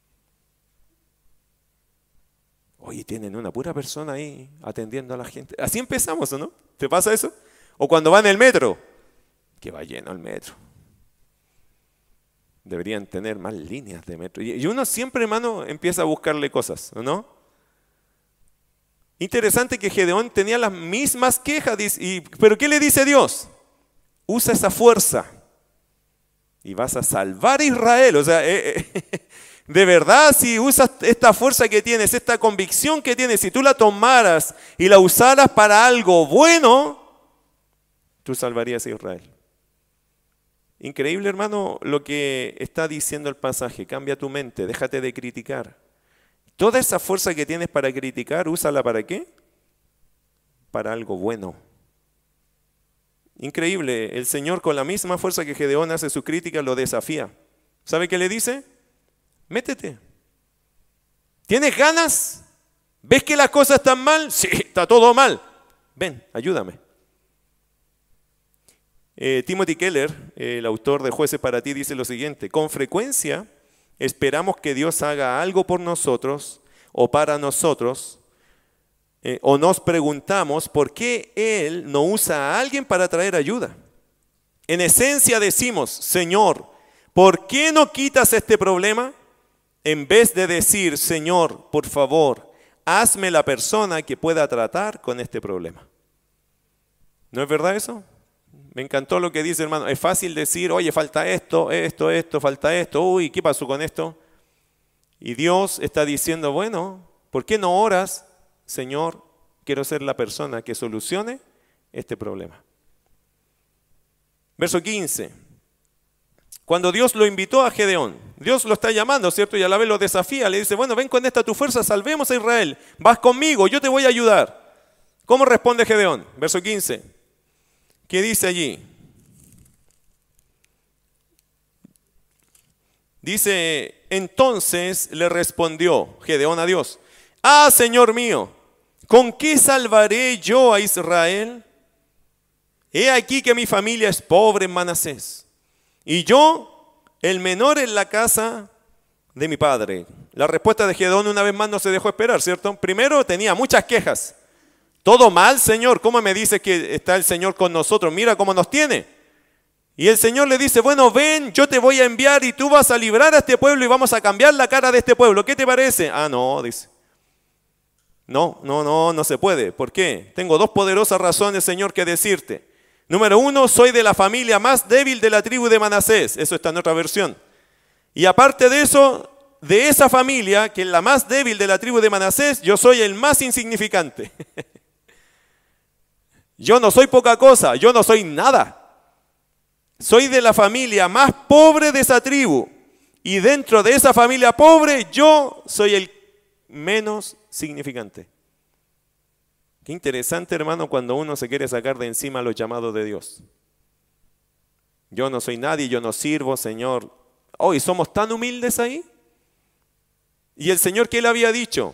Oye, tienen una pura persona ahí atendiendo a la gente. Así empezamos, ¿o no? ¿Te pasa eso? O cuando va en el metro, que va lleno el metro. Deberían tener más líneas de metro. Y uno siempre, hermano, empieza a buscarle cosas, ¿o no? Interesante que Gedeón tenía las mismas quejas. ¿Pero qué le dice Dios? Usa esa fuerza y vas a salvar a Israel. O sea, de verdad, si usas esta fuerza que tienes, esta convicción que tienes, si tú la tomaras y la usaras para algo bueno, tú salvarías a Israel. Increíble, hermano, lo que está diciendo el pasaje. Cambia tu mente, déjate de criticar. Toda esa fuerza que tienes para criticar, úsala ¿para qué? Para algo bueno. Increíble, el Señor con la misma fuerza que Gedeón hace su crítica lo desafía. ¿Sabe qué le dice? Métete. ¿Tienes ganas? ¿Ves que las cosas están mal? Sí, está todo mal. Ven, ayúdame. Timothy Keller, el autor de Jueces para ti, dice lo siguiente: con frecuencia esperamos que Dios haga algo por nosotros o para nosotros, o nos preguntamos por qué Él no usa a alguien para traer ayuda. En esencia decimos, Señor, ¿por qué no quitas este problema? En vez de decir, Señor, por favor, hazme la persona que pueda tratar con este problema. ¿No es verdad eso? Me encantó lo que dice, hermano. Es fácil decir, oye, falta esto, falta esto. Uy, ¿qué pasó con esto? Y Dios está diciendo, bueno, ¿por qué no oras? Señor, quiero ser la persona que solucione este problema. Verso 15. Cuando Dios lo invitó a Gedeón, Dios lo está llamando, ¿cierto? Y a la vez lo desafía, le dice, bueno, ven con esta tu fuerza, salvemos a Israel. Vas conmigo, yo te voy a ayudar. ¿Cómo responde Gedeón? Verso 15. ¿Qué dice allí? Dice, entonces le respondió Gedeón a Dios, ah, Señor mío, ¿con qué salvaré yo a Israel? He aquí que mi familia es pobre en Manasés, y yo, el menor en la casa de mi padre. La respuesta de Gedeón una vez más no se dejó esperar, ¿cierto? Primero tenía muchas quejas. Todo mal, Señor. ¿Cómo me dices que está el Señor con nosotros? Mira cómo nos tiene. Y el Señor le dice, bueno, ven, yo te voy a enviar y tú vas a librar a este pueblo y vamos a cambiar la cara de este pueblo. ¿Qué te parece? Ah, no, dice. No se puede. ¿Por qué? Tengo dos poderosas razones, Señor, que decirte. Número uno, soy de la familia más débil de la tribu de Manasés. Eso está en otra versión. Y aparte de eso, de esa familia, que es la más débil de la tribu de Manasés, yo soy el más insignificante. Yo no soy poca cosa, yo no soy nada. Soy de la familia más pobre de esa tribu. Y dentro de esa familia pobre, yo soy el menos significante. Qué interesante, hermano, cuando uno se quiere sacar de encima los llamados de Dios. Yo no soy nadie, yo no sirvo, Señor. Hoy somos tan humildes ahí. Y el Señor, ¿qué le había dicho?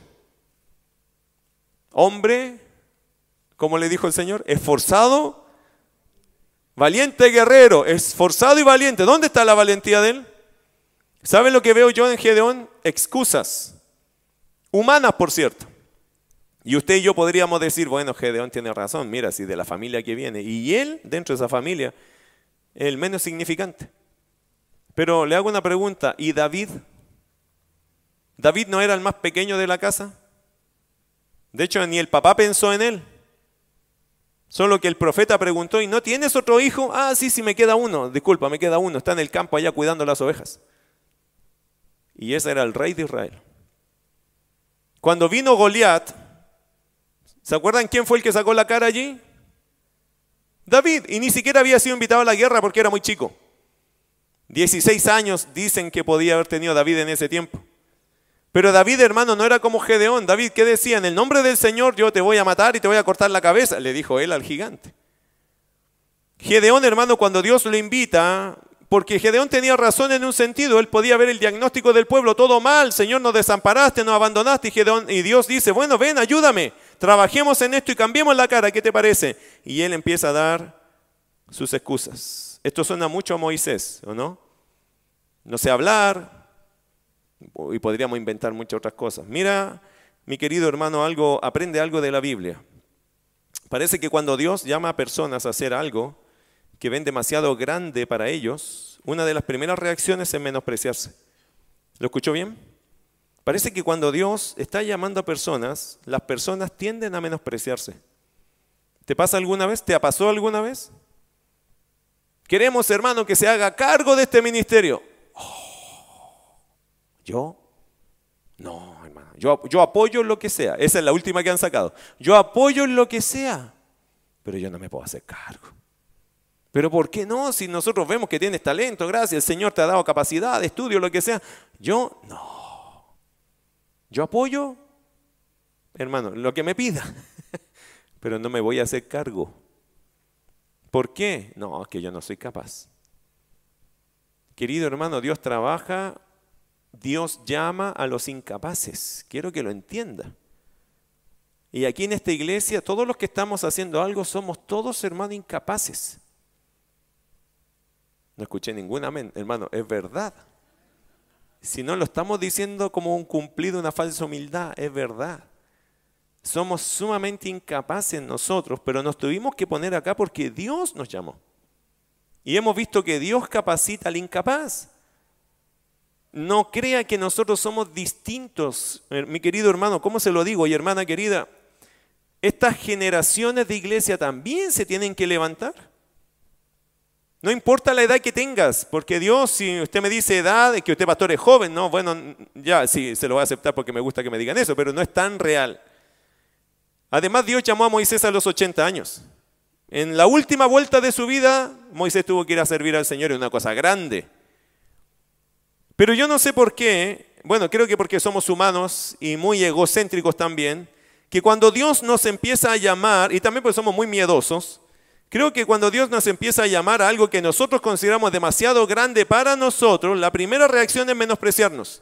Hombre, ¿cómo le dijo el Señor? Esforzado, valiente guerrero, esforzado y valiente. ¿Dónde está la valentía de él? ¿Saben lo que veo yo en Gedeón? Excusas, humanas por cierto. Y usted y yo podríamos decir, bueno, Gedeón tiene razón, mira, si de la familia que viene. Y él, dentro de esa familia, es el menos significante. Pero le hago una pregunta, ¿y David? ¿David no era el más pequeño de la casa? De hecho, ni el papá pensó en él. Solo que el profeta preguntó, ¿y no tienes otro hijo? Ah, sí, me queda uno. Disculpa, me queda uno. Está en el campo allá cuidando las ovejas. Y ese era el rey de Israel. Cuando vino Goliat, ¿se acuerdan quién fue el que sacó la cara allí? David. Y ni siquiera había sido invitado a la guerra porque era muy chico. 16 años dicen que podía haber tenido David en ese tiempo. Pero David, hermano, no era como Gedeón. David, ¿qué decía? En el nombre del Señor yo te voy a matar y te voy a cortar la cabeza, le dijo él al gigante. Gedeón, hermano, cuando Dios lo invita, porque Gedeón tenía razón en un sentido, él podía ver el diagnóstico del pueblo, todo mal, Señor, nos desamparaste, nos abandonaste, y Dios dice, bueno, ven, ayúdame, trabajemos en esto y cambiemos la cara, ¿qué te parece? Y él empieza a dar sus excusas. Esto suena mucho a Moisés, ¿o no? No sé hablar, y podríamos inventar muchas otras cosas. Mira, mi querido hermano, aprende algo de la Biblia. Parece que cuando Dios llama a personas a hacer algo que ven demasiado grande para ellos, una de las primeras reacciones es menospreciarse. ¿Lo escuchó bien? Parece que cuando Dios está llamando a personas, las personas tienden a menospreciarse. ¿Te pasa alguna vez? ¿Te pasó alguna vez? Queremos, hermano, que se haga cargo de este ministerio. ¿Yo? No, hermano. Yo apoyo en lo que sea. Esa es la última que han sacado. Yo apoyo en lo que sea, pero yo no me puedo hacer cargo. ¿Pero por qué no? Si nosotros vemos que tienes talento, gracias, el Señor te ha dado capacidad de estudio, lo que sea. Yo no. Yo apoyo, hermano, lo que me pida, pero no me voy a hacer cargo. ¿Por qué? No, es que yo no soy capaz. Querido hermano, Dios trabaja, Dios llama a los incapaces. Quiero que lo entienda. Y aquí en esta iglesia, todos los que estamos haciendo algo, somos todos, hermano, incapaces. No escuché ningún amén, hermano, es verdad. Si no lo estamos diciendo como un cumplido, una falsa humildad, es verdad. Somos sumamente incapaces nosotros, pero nos tuvimos que poner acá porque Dios nos llamó. Y hemos visto que Dios capacita al incapaz. No crea que nosotros somos distintos. Mi querido hermano, ¿cómo se lo digo? Y hermana querida, estas generaciones de iglesia también se tienen que levantar. No importa la edad que tengas, porque Dios, si usted me dice edad, que usted pastor es joven, no, bueno, ya sí, se lo voy a aceptar porque me gusta que me digan eso, pero no es tan real. Además, Dios llamó a Moisés a los 80 años. En la última vuelta de su vida, Moisés tuvo que ir a servir al Señor, en una cosa grande. Pero yo no sé por qué, bueno, creo que porque somos humanos y muy egocéntricos también, que cuando Dios nos empieza a llamar, y también porque somos muy miedosos, creo que cuando Dios nos empieza a llamar a algo que nosotros consideramos demasiado grande para nosotros, la primera reacción es menospreciarnos.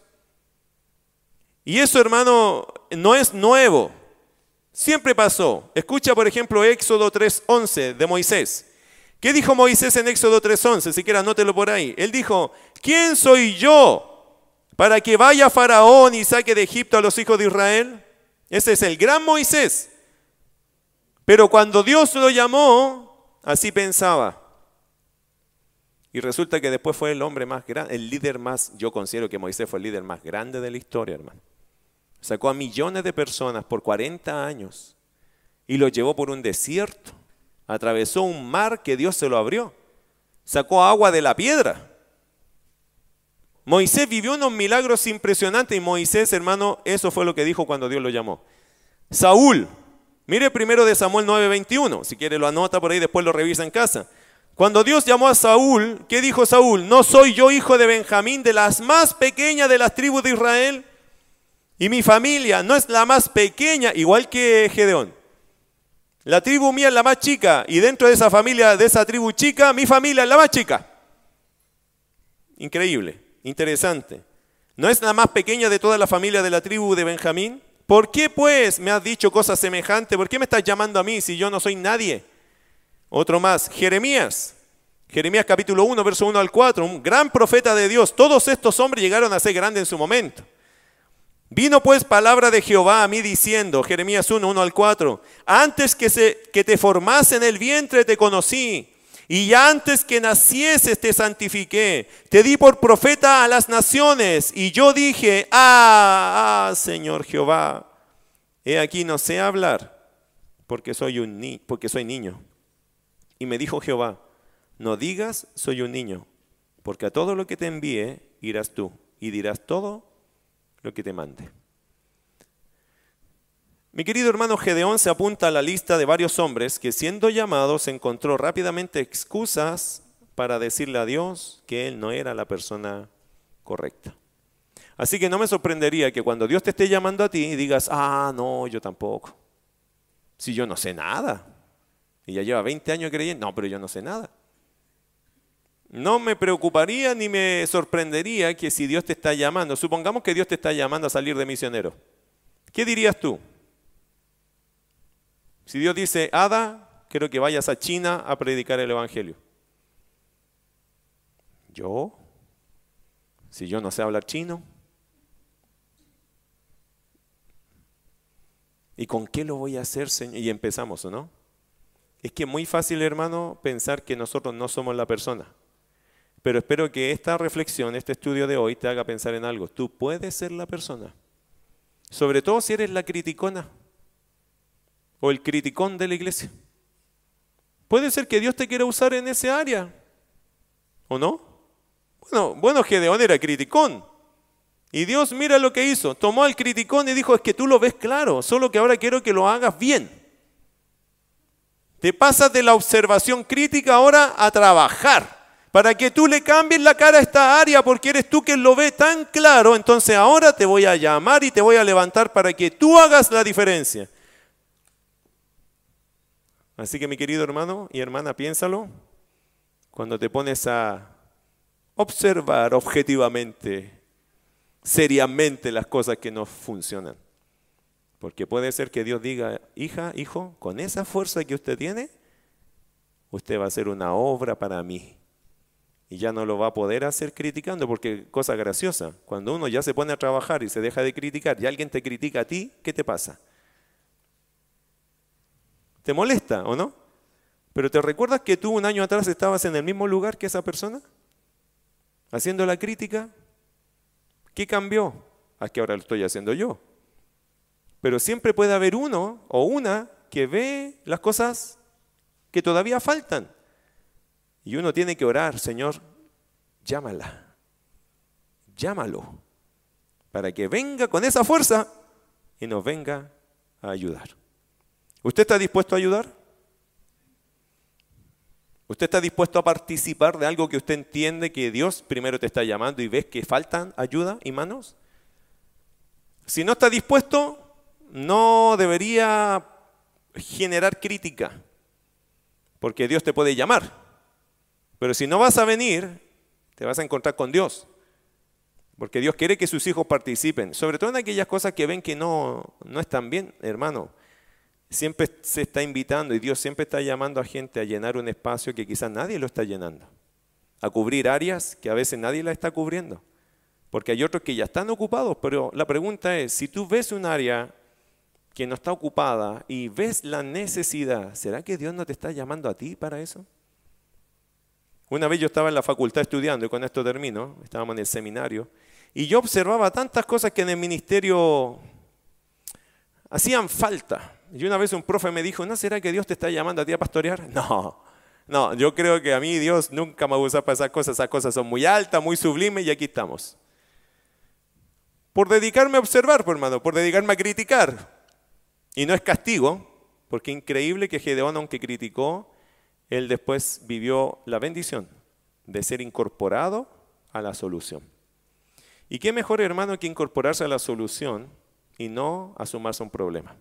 Y eso, hermano, no es nuevo. Siempre pasó. Escucha, por ejemplo, Éxodo 3:11 de Moisés. ¿Qué dijo Moisés en Éxodo 3:11? Si quieres, anótelo por ahí. Él dijo, ¿quién soy yo para que vaya Faraón y saque de Egipto a los hijos de Israel? Ese es el gran Moisés. Pero cuando Dios lo llamó, así pensaba. Y resulta que después fue el hombre más grande, el líder más, yo considero que Moisés fue el líder más grande de la historia, hermano. Sacó a millones de personas por 40 años y los llevó por un desierto. Atravesó un mar que Dios se lo abrió. Sacó agua de la piedra. Moisés vivió unos milagros impresionantes y Moisés, hermano, eso fue lo que dijo cuando Dios lo llamó. Saúl, mire primero de Samuel 9:21, si quiere lo anota por ahí, después lo revisa en casa. Cuando Dios llamó a Saúl, ¿qué dijo Saúl? ¿No soy yo hijo de Benjamín, de las más pequeñas de las tribus de Israel? Y mi familia no es la más pequeña, igual que Gedeón. La tribu mía es la más chica y dentro de esa familia, de esa tribu chica, mi familia es la más chica. Increíble, interesante. ¿No es la más pequeña de toda la familia de la tribu de Benjamín? ¿Por qué pues me has dicho cosas semejantes? ¿Por qué me estás llamando a mí si yo no soy nadie? Otro más, Jeremías. Jeremías capítulo 1, verso 1 al 4, un gran profeta de Dios. Todos estos hombres llegaron a ser grandes en su momento. Vino pues palabra de Jehová a mí diciendo, Jeremías 1, 1 al 4, antes que te formase en el vientre te conocí, Y ya antes que nacieses te santifiqué, te di por profeta a las naciones. Y yo dije, Señor Jehová, he aquí no sé hablar, porque soy niño. Y me dijo Jehová, no digas soy un niño, porque a todo lo que te envíe irás tú, y dirás todo lo que te mande. Mi querido hermano, Gedeón se apunta a la lista de varios hombres que, siendo llamados, encontró rápidamente excusas para decirle a Dios que él no era la persona correcta. Así que no me sorprendería que cuando Dios te esté llamando a ti digas, no, yo tampoco. Si yo no sé nada. Y ya lleva 20 años creyendo, no, pero yo no sé nada. No me preocuparía ni me sorprendería que si Dios te está llamando, supongamos que Dios te está llamando a salir de misionero. ¿Qué dirías tú? Si Dios dice, Ada, quiero que vayas a China a predicar el Evangelio. ¿Yo? Si yo no sé hablar chino. ¿Y con qué lo voy a hacer, Señor? Y empezamos, ¿o no? Es que es muy fácil, hermano, pensar que nosotros no somos la persona. Pero espero que esta reflexión, este estudio de hoy, te haga pensar en algo. Tú puedes ser la persona. Sobre todo si eres la criticona o el criticón de la iglesia. Puede ser que Dios te quiera usar en ese área, ¿o no? Bueno, Gedeón era criticón. Y Dios, mira lo que hizo. Tomó al criticón y dijo, es que tú lo ves claro, solo que ahora quiero que lo hagas bien. Te pasas de la observación crítica ahora a trabajar, para que tú le cambies la cara a esta área, porque eres tú quien lo ve tan claro. Entonces ahora te voy a llamar y te voy a levantar para que tú hagas la diferencia. Así que mi querido hermano y hermana, piénsalo cuando te pones a observar objetivamente, seriamente las cosas que no funcionan. Porque puede ser que Dios diga, hija, hijo, con esa fuerza que usted tiene, usted va a hacer una obra para mí. Y ya no lo va a poder hacer criticando, porque cosa graciosa, cuando uno ya se pone a trabajar y se deja de criticar y alguien te critica a ti, ¿qué te pasa? ¿Te molesta o no? Pero ¿te recuerdas que tú un año atrás estabas en el mismo lugar que esa persona? Haciendo la crítica. ¿Qué cambió? Es que ahora lo estoy haciendo yo. Pero siempre puede haber uno o una que ve las cosas que todavía faltan. Y uno tiene que orar, Señor, llámala, llámalo, para que venga con esa fuerza y nos venga a ayudar. ¿Usted está dispuesto a ayudar? ¿Usted está dispuesto a participar de algo que usted entiende que Dios primero te está llamando y ves que faltan ayuda y manos? Si no está dispuesto, no debería generar crítica, porque Dios te puede llamar. Pero si no vas a venir, te vas a encontrar con Dios, porque Dios quiere que sus hijos participen, sobre todo en aquellas cosas que ven que no están bien, hermano. Siempre se está invitando y Dios siempre está llamando a gente a llenar un espacio que quizás nadie lo está llenando, a cubrir áreas que a veces nadie la está cubriendo, porque hay otros que ya están ocupados. Pero la pregunta es, si tú ves un área que no está ocupada y ves la necesidad, ¿será que Dios no te está llamando a ti para eso? Una vez yo estaba en la facultad estudiando, y con esto termino, estábamos en el seminario, y yo observaba tantas cosas que en el ministerio hacían falta. Y una vez un profe me dijo, ¿no será que Dios te está llamando a ti a pastorear? No, yo creo que a mí Dios nunca me va a usar para esas cosas son muy altas, muy sublimes, y aquí estamos. Por dedicarme a observar, pues, hermano, por dedicarme a criticar. Y no es castigo, porque es increíble que Gedeón, aunque criticó, él después vivió la bendición de ser incorporado a la solución. ¿Y qué mejor, hermano, que incorporarse a la solución y no a sumarse a un problema?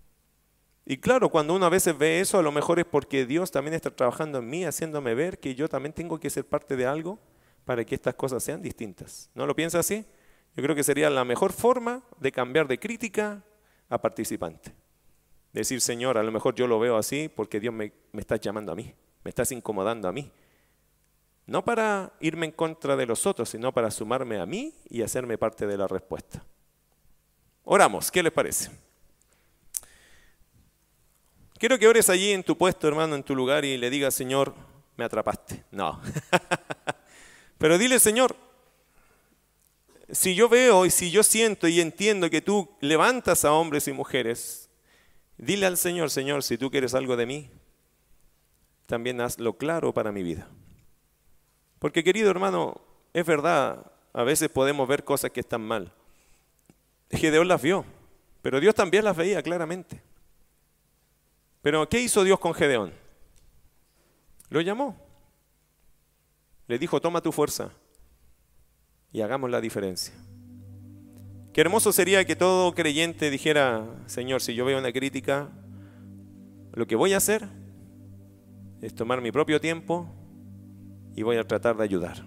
Y claro, cuando uno a veces ve eso, a lo mejor es porque Dios también está trabajando en mí, haciéndome ver que yo también tengo que ser parte de algo para que estas cosas sean distintas. ¿No lo piensa así? Yo creo que sería la mejor forma de cambiar de crítica a participante. Decir, Señor, a lo mejor yo lo veo así porque Dios me estás llamando a mí, me estás incomodando a mí. No para irme en contra de los otros, sino para sumarme a mí y hacerme parte de la respuesta. Oramos, ¿qué les parece? Quiero que ores allí en tu puesto, hermano, en tu lugar, y le digas, Señor, me atrapaste. No. Pero dile, Señor, si yo veo y si yo siento y entiendo que tú levantas a hombres y mujeres, dile al Señor, Señor, si tú quieres algo de mí, también hazlo claro para mi vida. Porque, querido hermano, es verdad, a veces podemos ver cosas que están mal. Gedeón las vio, pero Dios también las veía claramente. Pero, ¿qué hizo Dios con Gedeón? Lo llamó. Le dijo, toma tu fuerza y hagamos la diferencia. Qué hermoso sería que todo creyente dijera, Señor, si yo veo una crítica, lo que voy a hacer es tomar mi propio tiempo y voy a tratar de ayudar.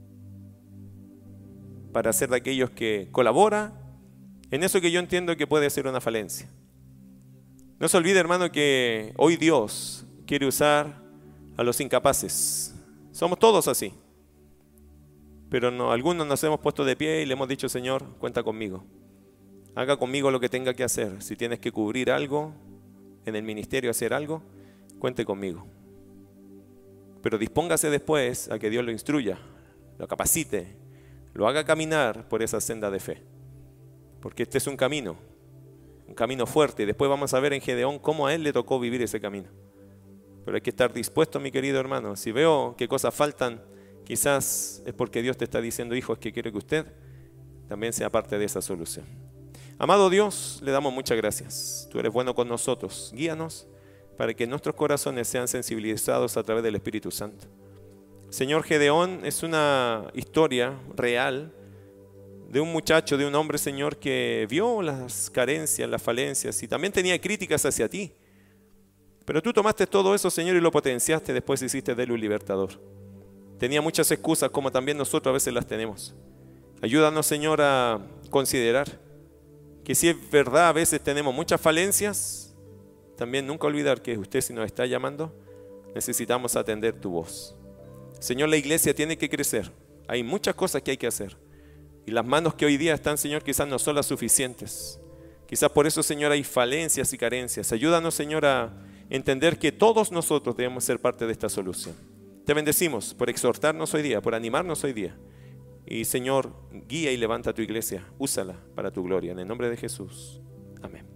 Para ser de aquellos que colabora en eso que yo entiendo que puede ser una falencia. No se olvide, hermano, que hoy Dios quiere usar a los incapaces. Somos todos así. Pero no, algunos nos hemos puesto de pie y le hemos dicho, Señor, cuenta conmigo. Haga conmigo lo que tenga que hacer. Si tienes que cubrir algo en el ministerio, hacer algo, cuente conmigo. Pero dispóngase después a que Dios lo instruya, lo capacite, lo haga caminar por esa senda de fe. Porque este es un camino fuerte. Y después vamos a ver en Gedeón cómo a él le tocó vivir ese camino. Pero hay que estar dispuesto, mi querido hermano. Si veo que cosas faltan, quizás es porque Dios te está diciendo, hijo, es que quiero que usted también sea parte de esa solución. Amado Dios, le damos muchas gracias. Tú eres bueno con nosotros. Guíanos para que nuestros corazones sean sensibilizados a través del Espíritu Santo. Señor, Gedeón es una historia real de un muchacho, de un hombre, Señor, que vio las carencias, las falencias y también tenía críticas hacia ti. Pero tú tomaste todo eso, Señor, y lo potenciaste, después hiciste de él un libertador. Tenía muchas excusas, como también nosotros a veces las tenemos. Ayúdanos, Señor, a considerar que si es verdad, a veces tenemos muchas falencias, también nunca olvidar que usted, si nos está llamando, necesitamos atender tu voz. Señor, la iglesia tiene que crecer. Hay muchas cosas que hay que hacer. Y las manos que hoy día están, Señor, quizás no son las suficientes. Quizás por eso, Señor, hay falencias y carencias. Ayúdanos, Señor, a entender que todos nosotros debemos ser parte de esta solución. Te bendecimos por exhortarnos hoy día, por animarnos hoy día. Y, Señor, guía y levanta tu iglesia. Úsala para tu gloria. En el nombre de Jesús. Amén.